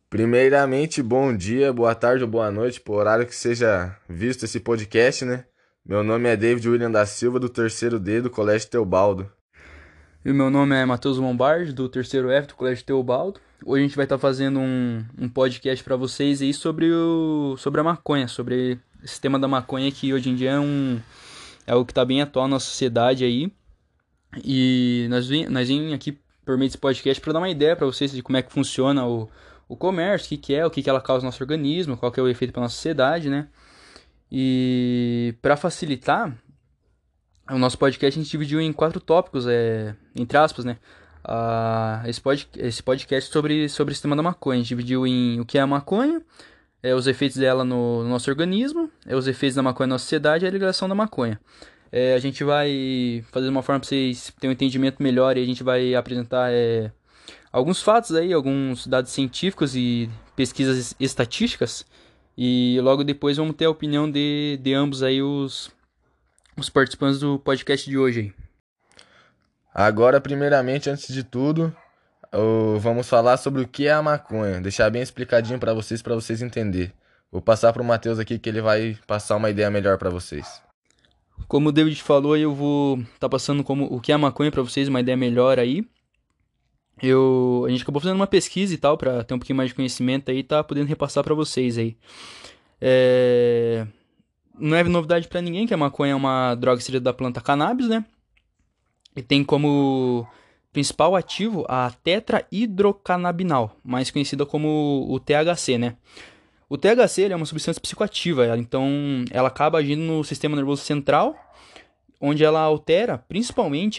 Primeiramente, bom dia, boa tarde ou boa noite, por horário que seja visto esse podcast, né? Meu nome é David William da Silva, do terceiro D do Colégio Teobaldo. E o meu nome é Matheus Lombardi, do terceiro F do Colégio Teobaldo. Hoje a gente vai estar fazendo um podcast para vocês aí sobre a maconha, sobre esse tema da maconha que hoje em dia é algo que está bem atual na sociedade aí. E nós vim aqui por meio desse podcast para dar uma ideia para vocês de como é que funciona o comércio, o que ela causa no nosso organismo, qual que é o efeito para nossa sociedade, né? E para facilitar, o nosso podcast a gente dividiu em quatro tópicos, entre aspas, né? Esse podcast sobre o sistema da maconha. A gente dividiu em o que é a maconha, os efeitos dela no nosso organismo, os efeitos da maconha na sociedade e a ligação da maconha. A gente vai fazer de uma forma para vocês terem um entendimento melhor e a gente vai apresentar alguns fatos aí, alguns dados científicos e pesquisas estatísticas. E logo depois vamos ter a opinião de ambos aí os participantes do podcast de hoje aí. Agora, primeiramente, antes de tudo, vamos falar sobre o que é a maconha. Deixar bem explicadinho para vocês entenderem. Vou passar para o Matheus aqui que ele vai passar uma ideia melhor para vocês. Como o David falou, eu vou estar passando como o que é a maconha para vocês, uma ideia melhor aí. A gente acabou fazendo uma pesquisa e tal para ter um pouquinho mais de conhecimento aí, e tá podendo repassar para vocês aí. É... Não é novidade para ninguém que a maconha é uma droga extraída da planta cannabis, né? E tem como principal ativo a tetrahidrocannabinol, mais conhecida como o THC, né? O THC ele é uma substância psicoativa, então ela acaba agindo no sistema nervoso central, onde ela altera principalmente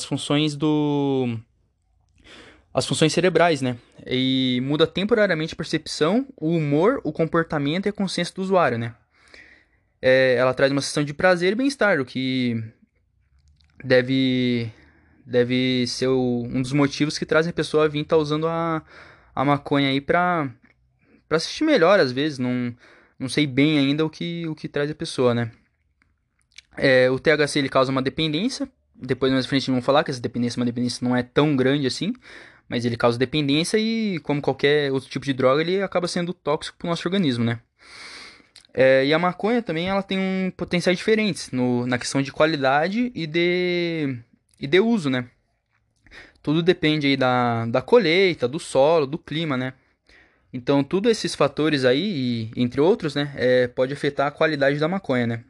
as funções cerebrais, né? E muda temporariamente a percepção, o humor, o comportamento e a consciência do usuário, né? Ela traz uma sensação de prazer e bem-estar, o que deve, deve ser um dos motivos que trazem a pessoa a vir estar usando a maconha aí pra assistir melhor, às vezes. Não sei bem ainda o que traz a pessoa, né? O THC ele causa uma dependência. Depois mais à frente vamos falar que essa dependência é uma dependência não é tão grande assim, mas ele causa dependência e, como qualquer outro tipo de droga, ele acaba sendo tóxico para o nosso organismo, né? E a maconha também ela tem potenciais diferentes na questão de qualidade e de uso, né? Tudo depende aí da colheita, do solo, do clima, né? Então, tudo esses fatores aí, e, entre outros, né, pode afetar a qualidade da maconha, né?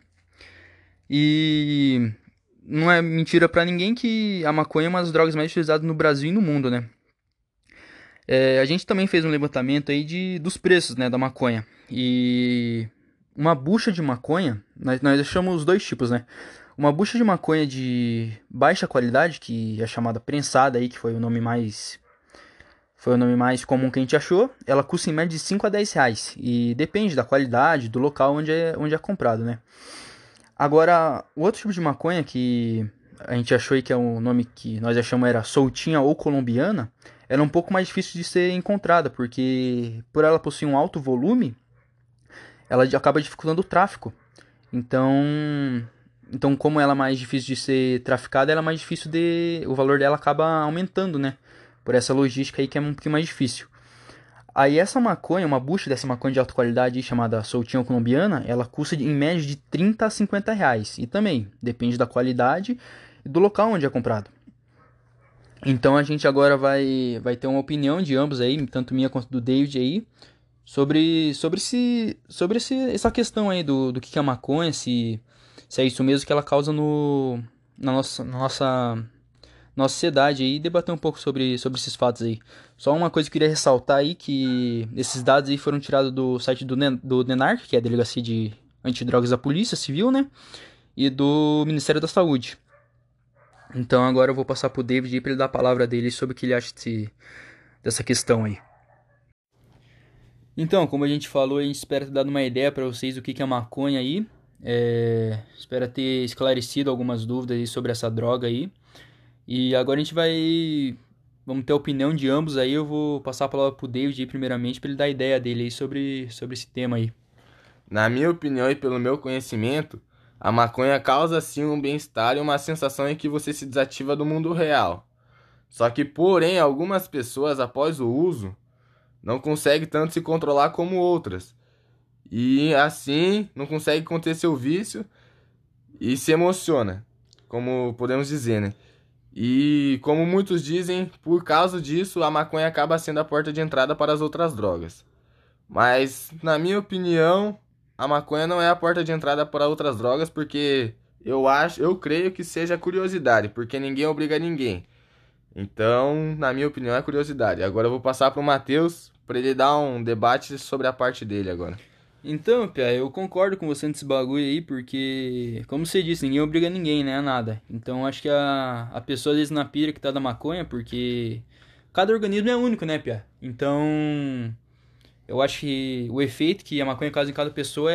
E não é mentira pra ninguém que a maconha é uma das drogas mais utilizadas no Brasil e no mundo, né? A gente também fez um levantamento aí dos preços, né, da maconha. E uma bucha de maconha, nós achamos dois tipos, né? Uma bucha de maconha de baixa qualidade, que é chamada prensada aí, que foi o nome mais comum que a gente achou. Ela custa em média de 5 a 10 reais. E depende da qualidade, do local onde é comprado, né? Agora, o outro tipo de maconha que a gente achou aí que é o nome que nós achamos era soltinha ou colombiana, ela é um pouco mais difícil de ser encontrada, porque por ela possuir um alto volume, ela acaba dificultando o tráfico. Então, então como ela é mais difícil de ser traficada, ela é mais difícil o valor dela acaba aumentando, né? Por essa logística aí que é um pouquinho mais difícil. Aí essa maconha, uma bucha dessa maconha de alta qualidade chamada soltinha colombiana, ela custa em média de 30 a 50 reais. E também depende da qualidade e do local onde é comprado. Então a gente agora vai ter uma opinião de ambos aí, tanto minha quanto do David aí, essa questão aí do que é a maconha, se é isso mesmo que ela causa na nossa sociedade aí, e debater um pouco sobre esses fatos aí. Só uma coisa que eu queria ressaltar aí, que esses dados aí foram tirados do site do DENARC, que é a Delegacia de Antidrogas da Polícia Civil, né? E do Ministério da Saúde. Então agora eu vou passar pro David aí pra ele dar a palavra dele sobre o que ele acha dessa questão aí. Então, como a gente falou, a gente espera ter dado uma ideia para vocês do que é maconha aí. Espera ter esclarecido algumas dúvidas aí sobre essa droga aí. E agora a gente vamos ter a opinião de ambos aí. Eu vou passar a palavra pro David aí primeiramente para ele dar a ideia dele aí sobre esse tema aí. Na minha opinião e pelo meu conhecimento, a maconha causa sim um bem-estar e uma sensação em que você se desativa do mundo real. Só que, porém, algumas pessoas, após o uso, não consegue tanto se controlar como outras. E assim não consegue conter seu vício e se emociona, como podemos dizer, né? E como muitos dizem, por causa disso, a maconha acaba sendo a porta de entrada para as outras drogas. Mas, na minha opinião, a maconha não é a porta de entrada para outras drogas, porque eu creio que seja curiosidade, porque ninguém obriga ninguém. Então, na minha opinião, é curiosidade. Agora eu vou passar para o Matheus para ele dar um debate sobre a parte dele agora. Então, Pia, eu concordo com você nesse bagulho aí, porque, como você disse, ninguém obriga ninguém, né, a nada. Então, acho que a pessoa, às vezes, na pira que tá da maconha, porque cada organismo é único, né, Pia? Então, eu acho que o efeito que a maconha causa em cada pessoa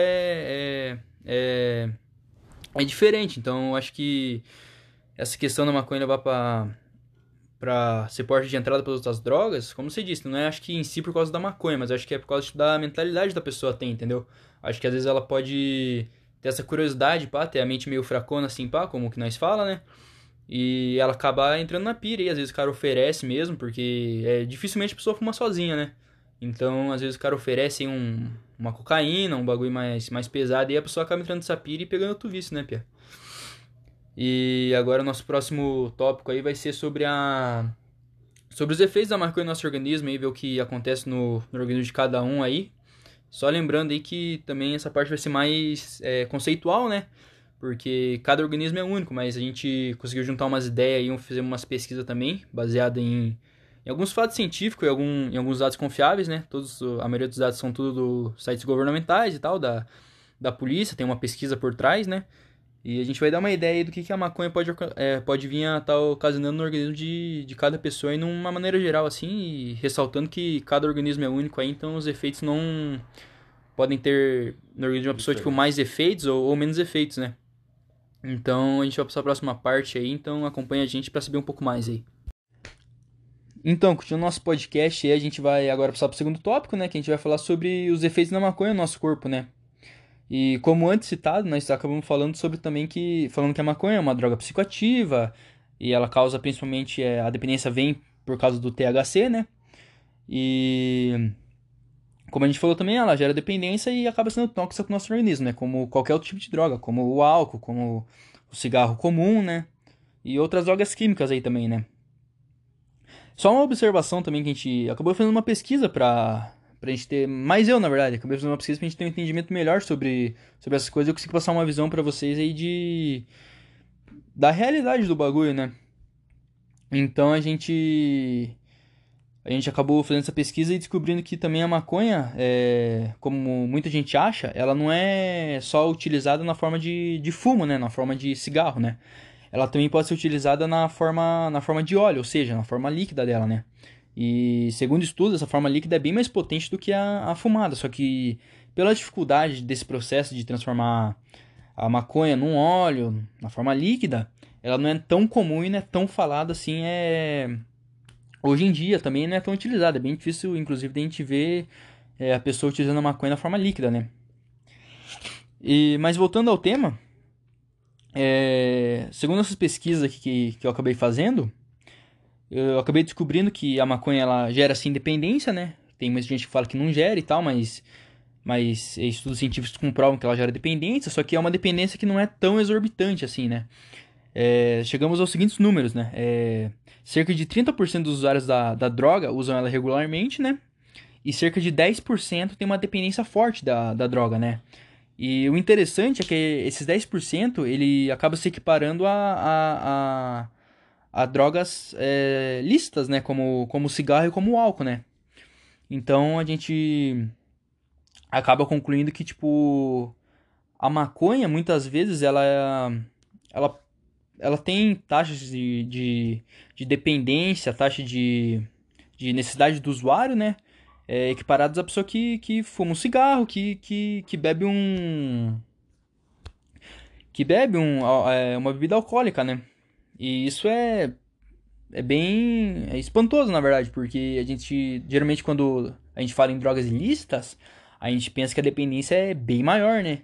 é diferente. Então, eu acho que essa questão da maconha levar pra ser porta de entrada para outras drogas, como você disse, não é acho que em si por causa da maconha, mas acho que é por causa da mentalidade da pessoa tem, entendeu? Acho que às vezes ela pode ter essa curiosidade, pá, ter a mente meio fracona assim, pá, como que nós fala, né? E ela acabar entrando na pira e às vezes o cara oferece mesmo, porque dificilmente a pessoa fuma sozinha, né? Então, às vezes o cara oferece uma cocaína, um bagulho mais pesado, e a pessoa acaba entrando nessa pira e pegando outro vício, né, Pia? E agora o nosso próximo tópico aí vai ser sobre os efeitos da maconha no nosso organismo e ver o que acontece no organismo de cada um aí. Só lembrando aí que também essa parte vai ser mais conceitual, né? Porque cada organismo é único, mas a gente conseguiu juntar umas ideias aí, fizemos umas pesquisas também, baseada em alguns fatos científicos e em alguns dados confiáveis, né? A maioria dos dados são tudo dos sites governamentais e tal, da polícia, tem uma pesquisa por trás, né? E a gente vai dar uma ideia aí do que a maconha pode vir a estar ocasionando no organismo de cada pessoa e numa maneira geral, assim, e ressaltando que cada organismo é único aí, então os efeitos não podem ter no organismo de uma pessoa, tipo, Diferente. mais efeitos ou menos efeitos, né? Então a gente vai passar a próxima parte aí, então acompanha a gente para saber um pouco mais aí. Então, continuando nosso podcast aí, a gente vai agora passar para o segundo tópico, né? Que a gente vai falar sobre os efeitos da maconha no nosso corpo, né? E como antes citado, nós acabamos falando sobre também falando que a maconha é uma droga psicoativa e ela causa principalmente a dependência vem por causa do THC, né? E como a gente falou também, ela gera dependência e acaba sendo tóxica para o nosso organismo, né? Como qualquer outro tipo de droga, como o álcool, como o cigarro comum, né? E outras drogas químicas aí também, né? Só uma observação também que a gente acabou fazendo uma pesquisa pra gente ter, mais eu na verdade, acabei fazendo uma pesquisa pra gente ter um entendimento melhor sobre essas coisas, eu consigo passar uma visão pra vocês aí da realidade do bagulho, né? Então a gente acabou fazendo essa pesquisa e descobrindo que também a maconha, como muita gente acha, ela não é só utilizada na forma de fumo, né? Na forma de cigarro, né? Ela também pode ser utilizada na forma de óleo, ou seja, na forma líquida dela, né? E segundo estudos, essa forma líquida é bem mais potente do que a fumada, só que pela dificuldade desse processo de transformar a maconha num óleo, na forma líquida, ela não é tão comum e não é tão falada assim, hoje em dia também não é tão utilizada, é bem difícil inclusive de a gente ver a pessoa utilizando a maconha na forma líquida, né? Mas voltando ao tema, segundo essas pesquisas aqui que eu acabei fazendo, eu acabei descobrindo que a maconha ela gera sim dependência, né? Tem muita gente que fala que não gera e tal, mas estudos científicos comprovam que ela gera dependência, só que é uma dependência que não é tão exorbitante assim, né? Chegamos aos seguintes números, né? Cerca de 30% dos usuários da droga usam ela regularmente, né? E cerca de 10% tem uma dependência forte da droga, né? E o interessante é que esses 10% ele acaba se equiparando a drogas lícitas, né? Como o cigarro e como o álcool, né? Então a gente acaba concluindo que, tipo, a maconha, muitas vezes, ela, ela tem taxas de dependência, taxa de necessidade do usuário, né? Equiparados à pessoa que fuma um cigarro, que bebe uma bebida alcoólica, né? E isso é bem espantoso, na verdade, porque a gente, geralmente, quando a gente fala em drogas ilícitas, a gente pensa que a dependência é bem maior, né?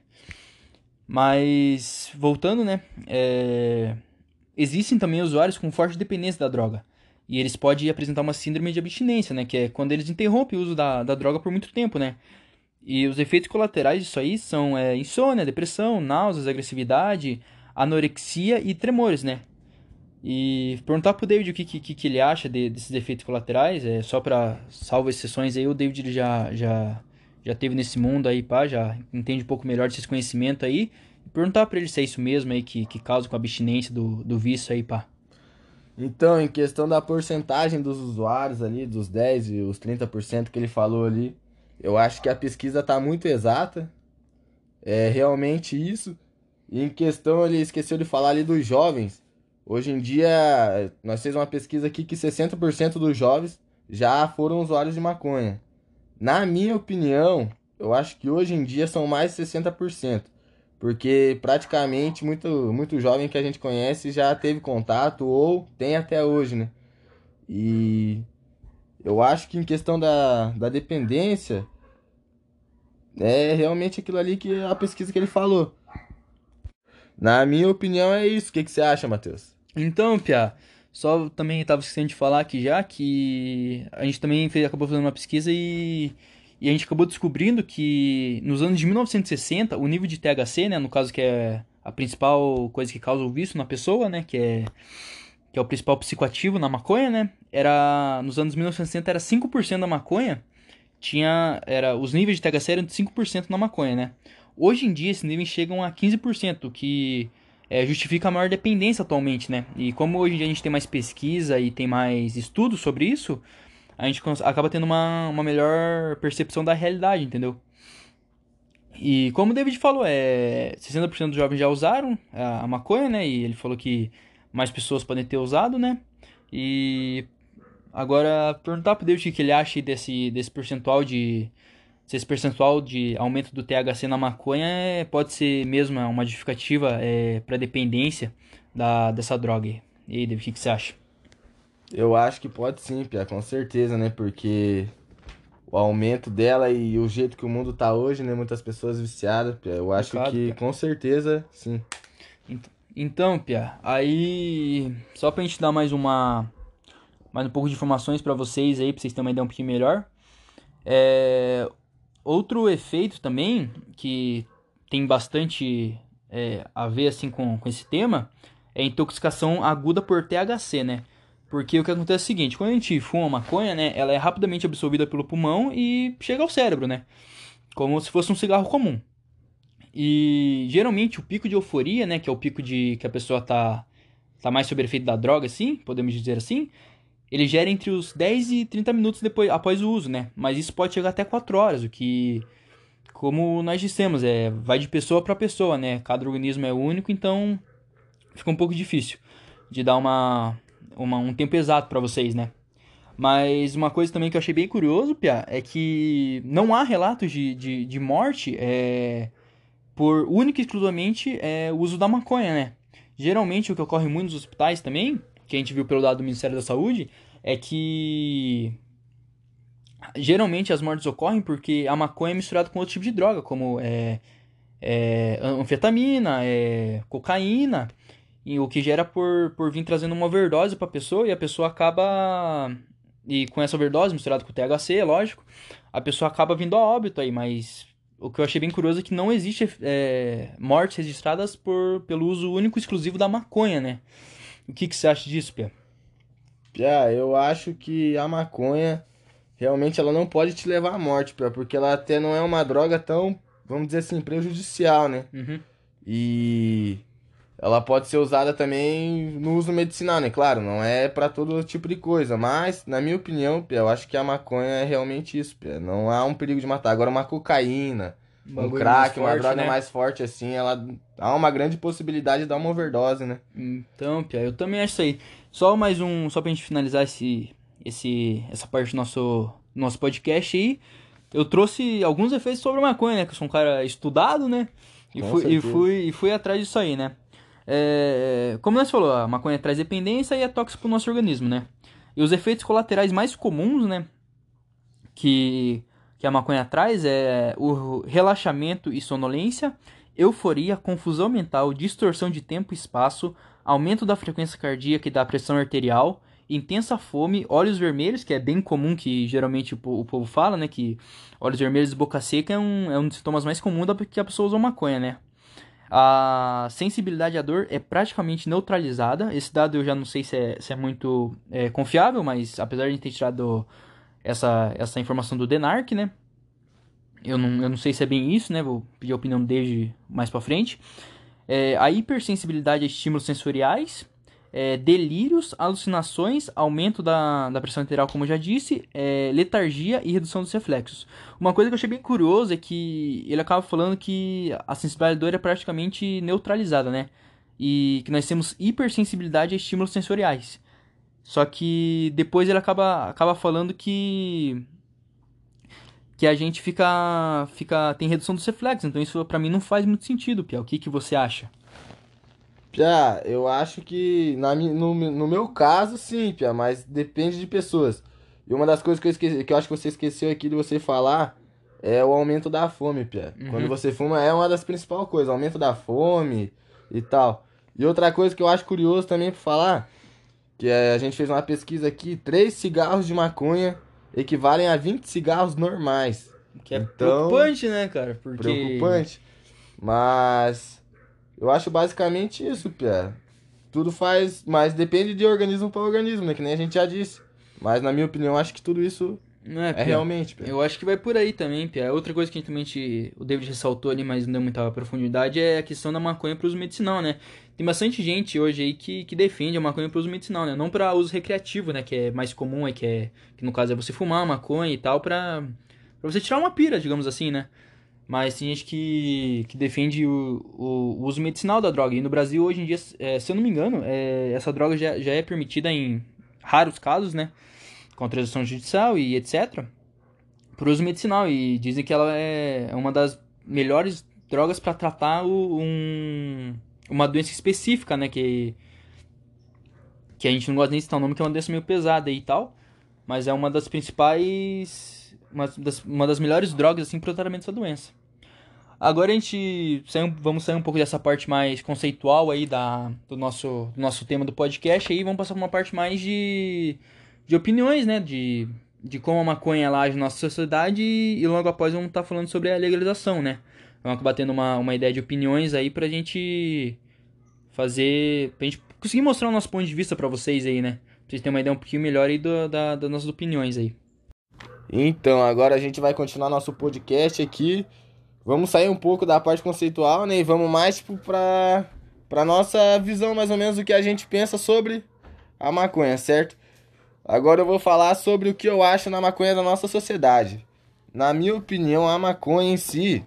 Mas, voltando, né? Existem também usuários com forte dependência da droga. E eles podem apresentar uma síndrome de abstinência, né? Que é quando eles interrompem o uso da droga por muito tempo, né? E os efeitos colaterais disso aí são insônia, depressão, náuseas, agressividade, anorexia e tremores, né? E perguntar pro David o que ele acha desses efeitos colaterais, só para salvo exceções aí, o David ele já teve nesse mundo aí, pá, já entende um pouco melhor desses conhecimentos aí. E perguntar pra ele se é isso mesmo aí que causa com a abstinência do vício aí, pá. Então, em questão da porcentagem dos usuários ali, dos 10 e os 30% que ele falou ali, eu acho que a pesquisa tá muito exata, é realmente isso. E em questão, ele esqueceu de falar ali dos jovens. Hoje em dia, nós fizemos uma pesquisa aqui que 60% dos jovens já foram usuários de maconha. Na minha opinião, eu acho que hoje em dia são mais de 60%, porque praticamente muito jovem que a gente conhece já teve contato ou tem até hoje, né? E eu acho que em questão da dependência, é realmente aquilo ali que a pesquisa que ele falou. Na minha opinião é isso. O que que você acha, Matheus? Então, Pia, só também estava esquecendo de falar aqui já que a gente também acabou fazendo uma pesquisa e a gente acabou descobrindo que nos anos de 1960 o nível de THC, né, no caso que é a principal coisa que causa o vício na pessoa, né, que é o principal psicoativo na maconha, né, era nos anos 1960 era 5% da maconha, os níveis de THC eram de 5% na maconha, né? Hoje em dia esses níveis chegam a 15%, o que justifica a maior dependência atualmente, né? E como hoje em dia a gente tem mais pesquisa e tem mais estudos sobre isso, a gente acaba tendo uma melhor percepção da realidade, entendeu? E como o David falou, 60% dos jovens já usaram a maconha, né? E ele falou que mais pessoas podem ter usado, né? E agora perguntar pro David o que ele acha desse percentual de se esse percentual de aumento do THC na maconha pode ser mesmo uma justificativa para dependência dessa droga aí. E aí, David, o que você acha? Eu acho que pode sim, Pia, com certeza, né? Porque o aumento dela e o jeito que o mundo tá hoje, né? Muitas pessoas viciadas, Pia, eu acho Complicado, que Pia. com certeza sim. Então, Pia, aí só pra gente dar mais um pouco de informações pra vocês aí, pra vocês terem uma ideia um pouquinho melhor. É, outro efeito também que tem bastante a ver assim com esse tema é a intoxicação aguda por THC, né? Porque o que acontece é o seguinte, quando a gente fuma maconha, né, ela é rapidamente absorvida pelo pulmão e chega ao cérebro, né? Como se fosse um cigarro comum. E geralmente o pico de euforia, né, que é o pico de que a pessoa tá mais sob efeito da droga, assim, podemos dizer assim, ele gera entre os 10 e 30 minutos depois, após o uso, né? Mas isso pode chegar até 4 horas, o que, como nós dissemos, vai de pessoa para pessoa, né? Cada organismo é único, então fica um pouco difícil de dar um tempo exato para vocês, né? Mas uma coisa também que eu achei bem curioso, Pia, é que não há relatos de morte por única e exclusivamente o uso da maconha, né? Geralmente o que ocorre muito nos hospitais também, que a gente viu pelo dado do Ministério da Saúde, é que geralmente as mortes ocorrem porque a maconha é misturada com outro tipo de droga, como anfetamina, cocaína, e o que gera por vir trazendo uma overdose para a pessoa e a pessoa acaba. E com essa overdose misturada com o THC, é lógico, a pessoa acaba vindo a óbito aí, mas o que eu achei bem curioso é que não existe mortes registradas pelo uso único e exclusivo da maconha, né? O que você acha disso, Pia? Pia, eu acho que a maconha realmente ela não pode te levar à morte, Pia, porque ela até não é uma droga tão, vamos dizer assim, prejudicial, né? Uhum. E ela pode ser usada também no uso medicinal, né? Claro, não é pra todo tipo de coisa, mas na minha opinião, Pia, eu acho que a maconha é realmente isso, Pia. Não há um perigo de matar. Agora uma cocaína, Um um bagulho mais crack, uma forte, droga né? mais forte assim, ela há uma grande possibilidade de dar uma overdose, né? Então, Pia, eu também acho isso aí. Só pra gente finalizar essa parte do nosso podcast aí. Eu trouxe alguns efeitos sobre a maconha, né? Que eu sou um cara estudado, né? E Com fui, e certeza. fui, e fui atrás disso aí, né? Como nós falou, a maconha traz dependência e é tóxico pro nosso organismo, né? E os efeitos colaterais mais comuns, né? Que a maconha traz é o relaxamento e sonolência, euforia, confusão mental, distorção de tempo e espaço, aumento da frequência cardíaca e da pressão arterial, intensa fome, olhos vermelhos, que é bem comum, que geralmente o povo fala, né? Que olhos vermelhos e boca seca é um dos sintomas mais comuns que a pessoa usa maconha, né? A sensibilidade à dor é praticamente neutralizada. Esse dado eu já não sei se é muito confiável, mas apesar de ter tirado essa informação do DENARC, né? Eu não sei se é bem isso, né? Vou pedir a opinião desde mais pra frente. A hipersensibilidade a estímulos sensoriais, delírios, alucinações, aumento da pressão arterial, como eu já disse, letargia e redução dos reflexos. Uma coisa que eu achei bem curioso é que ele acaba falando que a sensibilidade à dor é praticamente neutralizada, né? E que nós temos hipersensibilidade a estímulos sensoriais. Só que depois ele acaba falando que a gente tem redução dos reflexos. Então isso pra mim não faz muito sentido, Pia. O que você acha? Pia, eu acho que no meu caso, sim, Pia, mas depende de pessoas. E uma das coisas que eu esqueci, que eu acho que você esqueceu aqui de você falar é o aumento da fome, Pia. Quando Uhum. você fuma é uma das principais coisas, aumento da fome e tal. E outra coisa que eu acho curioso também pra falar, a gente fez uma pesquisa aqui, 3 cigarros de maconha equivalem a 20 cigarros normais. Que é Então, preocupante, né, cara? Porque preocupante. Mas eu acho basicamente isso, Pia. Tudo faz, mas depende de organismo para organismo, né? Que nem a gente já disse. Mas na minha opinião, acho que tudo isso não é, é Pia. realmente, Pia. Eu acho que vai por aí também, Pia. Outra coisa que também o David ressaltou ali, mas não deu muita profundidade, é a questão da maconha para uso medicinal, né? Tem bastante gente hoje aí que defende a maconha para uso medicinal, né? Não para uso recreativo, né? Que é mais comum, que no caso é você fumar maconha e tal, pra você tirar uma pira, digamos assim, né? Mas tem gente que defende o uso medicinal da droga. E no Brasil, hoje em dia, se eu não me engano, essa droga já é permitida em raros casos, né? Com autorização judicial e etc. Por uso medicinal. E dizem que ela é uma das melhores drogas para tratar uma doença específica, né? Que a gente não gosta nem de citar o nome, que é uma doença meio pesada e tal. Mas é uma das principais. Uma das melhores drogas, assim, para o tratamento dessa doença. Agora vamos sair um pouco dessa parte mais conceitual aí do nosso tema do podcast aí, vamos passar para uma parte mais de opiniões, né, de como a maconha ela age na nossa sociedade e logo após vamos estar falando sobre a legalização, né. Vamos acabar tendo uma ideia de opiniões aí pra gente conseguir mostrar o nosso ponto de vista pra vocês aí, né, pra vocês terem uma ideia um pouquinho melhor aí das nossas opiniões aí. Então, agora a gente vai continuar nosso podcast aqui. Vamos sair um pouco da parte conceitual, né? E vamos mais, tipo, pra nossa visão, mais ou menos, do que a gente pensa sobre a maconha, certo? Agora eu vou falar sobre o que eu acho na maconha da nossa sociedade. Na minha opinião, a maconha em si,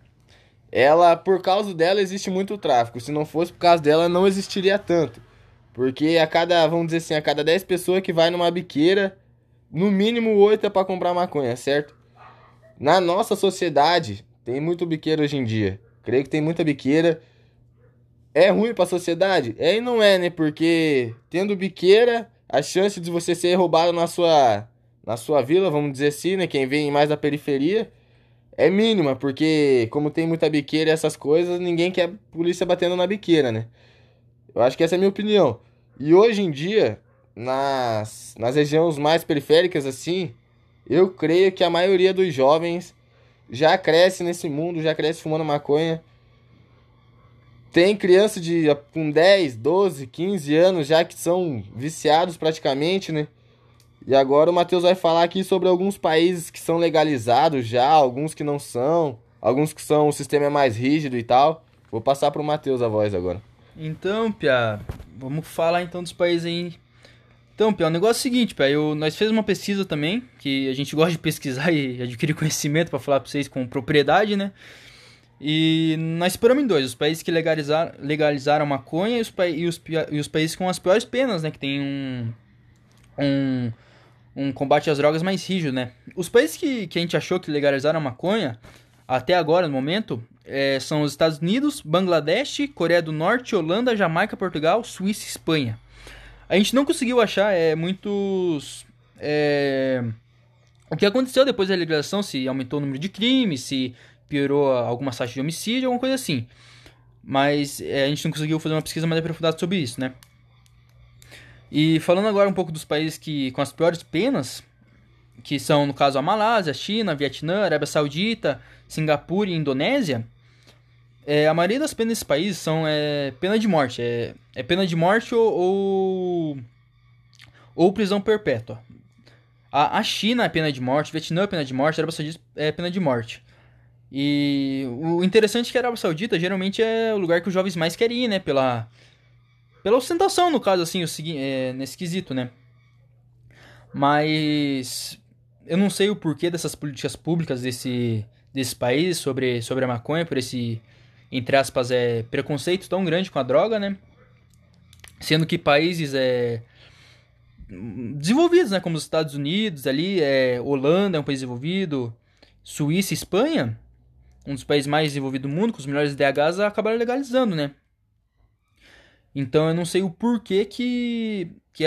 por causa dela, existe muito tráfico. Se não fosse por causa dela, não existiria tanto. Porque vamos dizer assim, a cada 10 pessoas que vai numa biqueira, no mínimo 8 é pra comprar maconha, certo? Na nossa sociedade, tem muito biqueiro hoje em dia. Creio que tem muita biqueira. É ruim pra sociedade? É e não é, né? Porque tendo biqueira, a chance de você ser roubado na sua vila, vamos dizer assim, né? Quem vem mais da periferia, é mínima. Porque como tem muita biqueira e essas coisas, ninguém quer polícia batendo na biqueira, né? Eu acho que essa é a minha opinião. E hoje em dia, nas regiões mais periféricas, assim, eu creio que a maioria dos jovens já cresce nesse mundo, já cresce fumando maconha. Tem criança com 10, 12, 15 anos já que são viciados praticamente, né? E agora o Matheus vai falar aqui sobre alguns países que são legalizados já, alguns que não são, alguns que são, o sistema é mais rígido e tal. Vou passar pro Matheus a voz agora. Então, Pia, vamos falar então dos países aí. Então, Pia, o negócio é o seguinte, Pia, nós fizemos uma pesquisa também, que a gente gosta de pesquisar e adquirir conhecimento pra falar pra vocês com propriedade, né? E nós separamos em dois, os países que legalizaram a maconha e os países com as piores penas, né? Que tem um, um combate às drogas mais rígido, né? Os países que a gente achou que legalizaram a maconha, até agora, no momento, são os Estados Unidos, Bangladesh, Coreia do Norte, Holanda, Jamaica, Portugal, Suíça e Espanha. A gente não conseguiu achar muitos... o que aconteceu depois da legalização, se aumentou o número de crimes, se piorou alguma taxa de homicídio, alguma coisa assim. Mas a gente não conseguiu fazer uma pesquisa mais aprofundada sobre isso, né? E falando agora um pouco dos países que com as piores penas, que são, no caso, a Malásia, a China, Vietnã, Arábia Saudita, Singapura e Indonésia, a maioria das penas desses países são pena de morte. É pena de morte ou prisão perpétua. A China é pena de morte, Vietnã é pena de morte, a Arábia Saudita é pena de morte. E o interessante é que a Arábia Saudita geralmente é o lugar que os jovens mais querem ir, né? Pela ostentação, no caso, assim, nesse quesito, né? Mas eu não sei o porquê dessas políticas públicas desse país sobre a maconha, por esse, entre aspas, preconceito tão grande com a droga, né? Sendo que países desenvolvidos, né? Como os Estados Unidos, ali, Holanda é um país desenvolvido, Suíça e Espanha, um dos países mais desenvolvidos do mundo, com os melhores DHs, acabaram legalizando, né? Então eu não sei o porquê que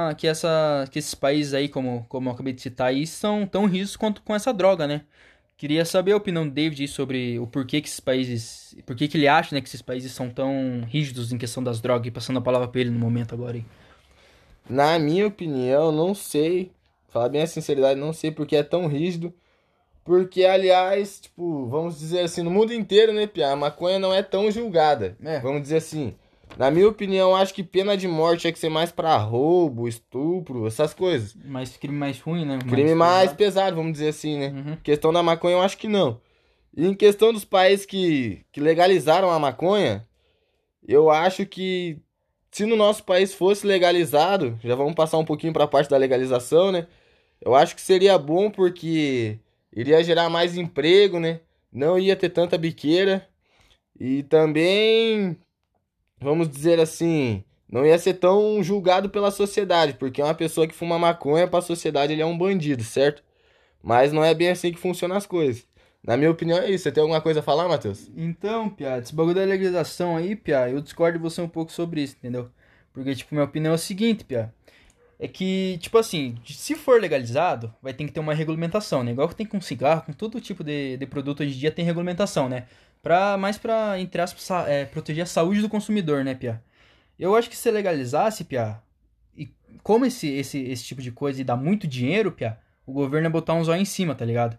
esses países aí, como eu acabei de citar aí, são tão rígidos quanto com essa droga, né? Queria saber a opinião do David aí sobre o porquê que esses países, porquê que ele acha, né, que esses países são tão rígidos em questão das drogas, e passando a palavra pra ele no momento agora aí. Na minha opinião, não sei. Falar bem a sinceridade, não sei porque é tão rígido. Porque, aliás, tipo, vamos dizer assim, no mundo inteiro, né, Pia? A maconha não é tão julgada. É. Vamos dizer assim. Na minha opinião, acho que pena de morte tinha que ser mais pra roubo, estupro, essas coisas. Mais crime mais ruim, né? Crime mais pesado. pesado, vamos dizer assim, né? Uhum. Questão da maconha, eu acho que não. E em questão dos países que legalizaram a maconha, eu acho que se no nosso país fosse legalizado, já vamos passar um pouquinho pra parte da legalização, né? Eu acho que seria bom porque iria gerar mais emprego, né? Não ia ter tanta biqueira. E também, vamos dizer assim, não ia ser tão julgado pela sociedade, porque uma pessoa que fuma maconha, pra sociedade ele é um bandido, certo? Mas não é bem assim que funcionam as coisas. Na minha opinião é isso. Você tem alguma coisa a falar, Matheus? Então, Pia, esse bagulho da legalização aí, Pia, eu discordo de você um pouco sobre isso, entendeu? Porque, tipo, minha opinião é o seguinte, Pia. É que, tipo assim, se for legalizado, vai ter que ter uma regulamentação, né? Igual que tem com cigarro, com todo tipo de produto hoje em dia tem regulamentação, né? Mais pra, entre aspas, proteger a saúde do consumidor, né, Pia? Eu acho que se legalizasse, Pia, e como esse tipo de coisa dá muito dinheiro, Pia, o governo ia botar um zóio em cima, tá ligado?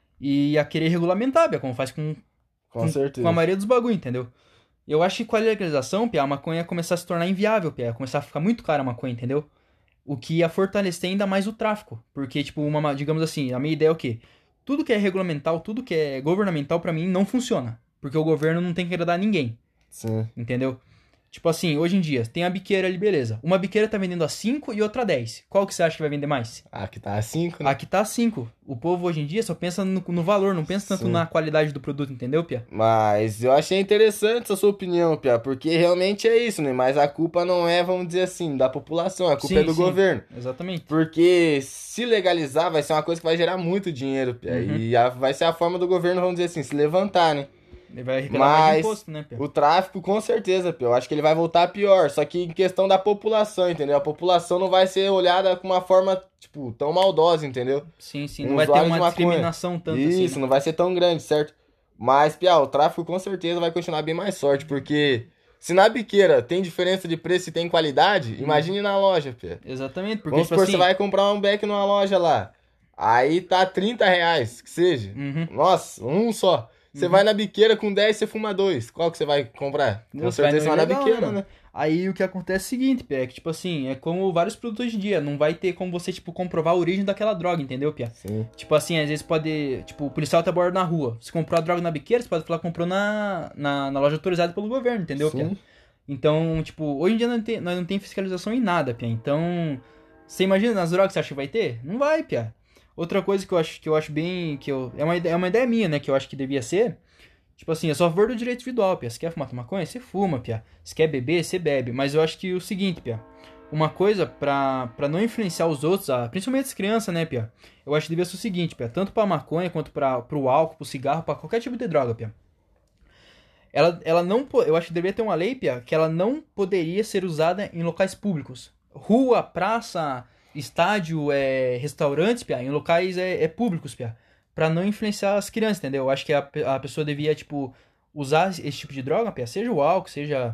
E ia querer regulamentar, Pia, como faz Com com a certeza. maioria dos bagulho, entendeu? Eu acho que com a legalização, Pia, a maconha ia começar a se tornar inviável, Pia, ia começar a ficar muito cara a maconha, entendeu? O que ia fortalecer ainda mais o tráfico. Porque, tipo, digamos assim, a minha ideia é o quê? Tudo que é regulamental, tudo que é governamental, pra mim, não funciona. Porque o governo não tem que agradar ninguém, Sim. entendeu? Tipo assim, hoje em dia, tem a biqueira ali, beleza. Uma biqueira tá vendendo a 5 e outra a 10. Qual que você acha que vai vender mais? Aqui tá a 5, né? Aqui tá a 5. O povo hoje em dia só pensa no valor, não pensa tanto Sim. na qualidade do produto, entendeu, Pia? Mas eu achei interessante essa sua opinião, Pia, porque realmente é isso, né? Mas a culpa não é, vamos dizer assim, da população, a culpa é Sim, do sim. governo. Exatamente. Porque se legalizar vai ser uma coisa que vai gerar muito dinheiro, Pia. Uhum. E vai ser a forma do governo, vamos dizer assim, se levantar, né? Ele vai arrecadar mais de Mas imposto, né, Pia? o tráfico, com certeza, Pia, eu acho que ele vai voltar pior. Só que em questão da população, entendeu? A população não vai ser olhada com uma forma, tipo, tão maldosa, entendeu? Sim, sim. Um Não vai ter usuário de uma maconha. discriminação tanto assim, Isso, né? não vai ser tão grande, certo? Mas, Pia, o tráfico com certeza vai continuar bem mais forte, porque se na biqueira tem diferença de preço e tem qualidade, imagine na loja, Pia. Exatamente, porque, Vamos tipo supor, você assim... vai comprar um beck numa loja lá. Aí tá R$ 30, que seja. Uhum. Nossa, um só. Você vai na biqueira com 10, você fuma dois. Qual que você vai comprar? Com Você vai certeza você no vai na ilegal, biqueira, mano. né? Aí o que acontece é o seguinte, Pia, é que, tipo assim, é como vários produtos hoje em dia, não vai ter como você, tipo, comprovar a origem daquela droga, entendeu, Pia? Sim. Tipo assim, às vezes pode, tipo, o policial tá bordo na rua, você comprou a droga na biqueira, você pode falar que comprou na loja autorizada pelo governo, entendeu, Pia? Sim. Então, tipo, hoje em dia nós não tem fiscalização em nada, Pia, então, você imagina nas drogas que você acha que vai ter? Não vai, Pia. Outra coisa que eu acho bem, é uma ideia minha, né, que eu acho que devia ser... Tipo assim, eu sou a favor do direito individual, Pia. Se quer fumar maconha, você fuma, Pia. Se quer beber, você bebe. Mas eu acho que o seguinte, Pia. Uma coisa pra não influenciar os outros, principalmente as crianças, né, Pia? Eu acho que devia ser o seguinte, Pia. Tanto pra maconha, quanto pro álcool, pro cigarro, pra qualquer tipo de droga, Pia. Ela não... Eu acho que deveria ter uma lei, Pia, que ela não poderia ser usada em locais públicos. Rua, praça, estádio, restaurantes, Pia. Em locais públicos, Pia. Pra não influenciar as crianças, entendeu? Eu acho que a pessoa devia, tipo, usar esse tipo de droga, Pia, seja o álcool,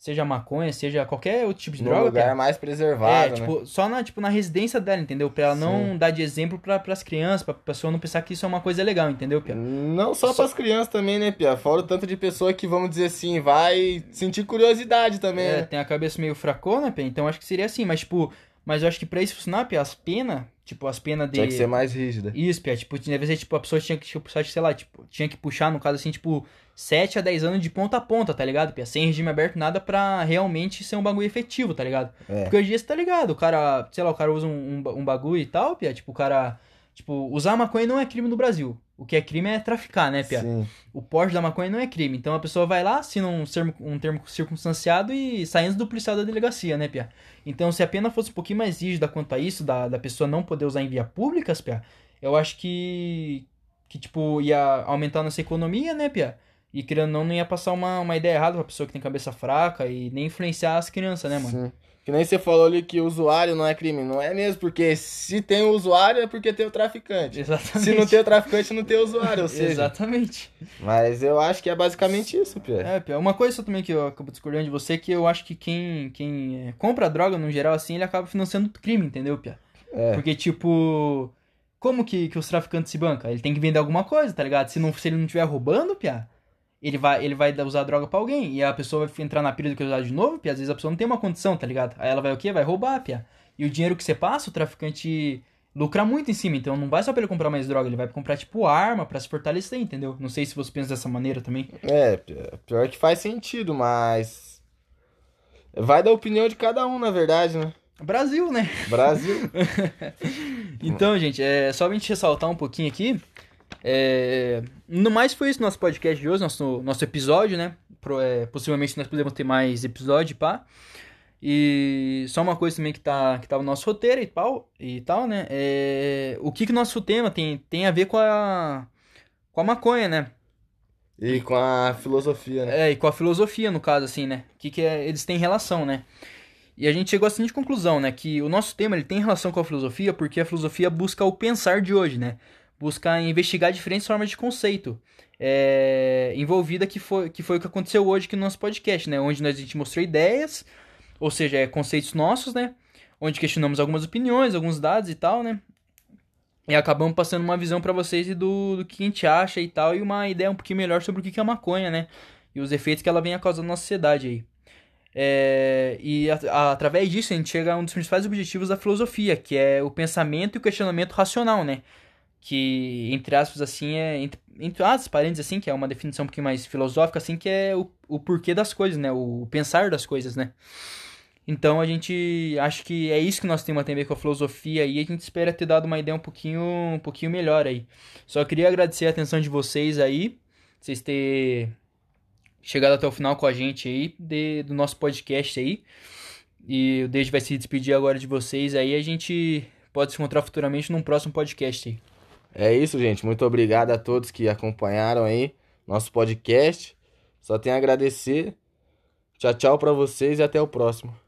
seja maconha, seja qualquer outro tipo de No droga, lugar pia. mais preservado, né? Tipo, só na residência dela, entendeu? Pra ela não Sim. dar de exemplo pras crianças, pra pessoa não pensar que isso é uma coisa legal, entendeu, pia? Não só Só- pras crianças também, né, Pia? Fora o tanto de pessoa que, vamos dizer assim, vai sentir curiosidade também, né? tem a cabeça meio fracona, pia, então acho que seria assim, mas tipo, mas eu acho que pra isso funcionar, pia, as penas Tinha que ser de. mais rígida. Isso, pia, tipo, deve ser, tipo, a pessoa tinha que, tipo, sei lá, tipo, tinha que puxar, no caso, assim, tipo, 7 a 10 anos de ponta a ponta, tá ligado, pia? Sem regime aberto, nada pra realmente ser um bagulho efetivo, tá ligado? É. Porque hoje em dia você tá ligado, o cara, sei lá, o cara usa um bagulho e tal, pia, tipo, o cara, tipo, usar maconha não é crime no Brasil. O que é crime é traficar, né, pia? Sim. O porte da maconha não é crime. Então a pessoa vai lá, assina um termo circunstanciado e saindo do policial da delegacia, né, pia? Então se a pena fosse um pouquinho mais rígida quanto a isso, da pessoa não poder usar em via pública, pia, eu acho que tipo, ia aumentar a nossa economia, né, pia? E querendo ou não ia passar uma ideia errada pra pessoa que tem cabeça fraca e nem influenciar as crianças, né, mano? Sim. Que nem você falou ali que o usuário não é crime. Não é mesmo, porque se tem o usuário é porque tem o traficante. Exatamente. Se não tem o traficante, não tem o usuário, ou seja. Exatamente. Mas eu acho que é basicamente isso, Pia. É, Pia, uma coisa só também que eu acabo discordando de você, que eu acho que quem compra droga no geral, assim, ele acaba financiando crime, entendeu, Pia? É. Porque, tipo, como que os traficantes se bancam? Ele tem que vender alguma coisa, tá ligado? Se ele não estiver roubando, Pia, ele vai usar droga pra alguém. E a pessoa vai entrar na pilha do que usar de novo, Pia. Às vezes a pessoa não tem uma condição, tá ligado? Aí ela vai o quê? Vai roubar, Pia. E o dinheiro que você passa, o traficante lucra muito em cima. Então não vai só pra ele comprar mais droga, ele vai comprar, tipo, arma pra se fortalecer, entendeu? Não sei se você pensa dessa maneira também. É, pior que faz sentido, mas. Vai da opinião de cada um, na verdade, né? Brasil, né? Brasil. Então, gente, só pra gente ressaltar um pouquinho aqui. No mais foi isso nosso podcast de hoje, nosso episódio, né? Possivelmente nós podemos ter mais episódio, pá. E só uma coisa também que tá no nosso roteiro e tal, né? O que o nosso tema tem a ver com a maconha, né? E com a filosofia, né? E com a filosofia, no caso, assim, né? Eles têm relação, né? E a gente chegou à seguinte conclusão, né? Que o nosso tema ele tem relação com a filosofia porque a filosofia busca o pensar de hoje, né? Busca investigar diferentes formas de conceito envolvida que foi o que aconteceu hoje aqui no nosso podcast, né? Onde a gente mostrou ideias, ou seja, conceitos nossos, né? Onde questionamos algumas opiniões, alguns dados e tal, né? E acabamos passando uma visão pra vocês do que a gente acha e tal, e uma ideia um pouquinho melhor sobre o que é a maconha, né? E os efeitos que ela vem a causar na nossa sociedade aí. Através disso a gente chega a um dos principais objetivos da filosofia, que é o pensamento e o questionamento racional, né? Que, entre aspas, assim, entre aspas, parênteses, assim, que é uma definição um pouquinho mais filosófica, assim, que é o porquê das coisas, né? O pensar das coisas, né? Então a gente acha que é isso que nós temos a ver com a filosofia e a gente espera ter dado uma ideia um pouquinho melhor aí. Só queria agradecer a atenção de vocês aí, vocês terem chegado até o final com a gente aí, do nosso podcast aí. E o Deide vai se despedir agora de vocês aí, a gente pode se encontrar futuramente num próximo podcast aí. É isso, gente. Muito obrigado a todos que acompanharam aí nosso podcast. Só tenho a agradecer. Tchau, tchau pra vocês e até o próximo.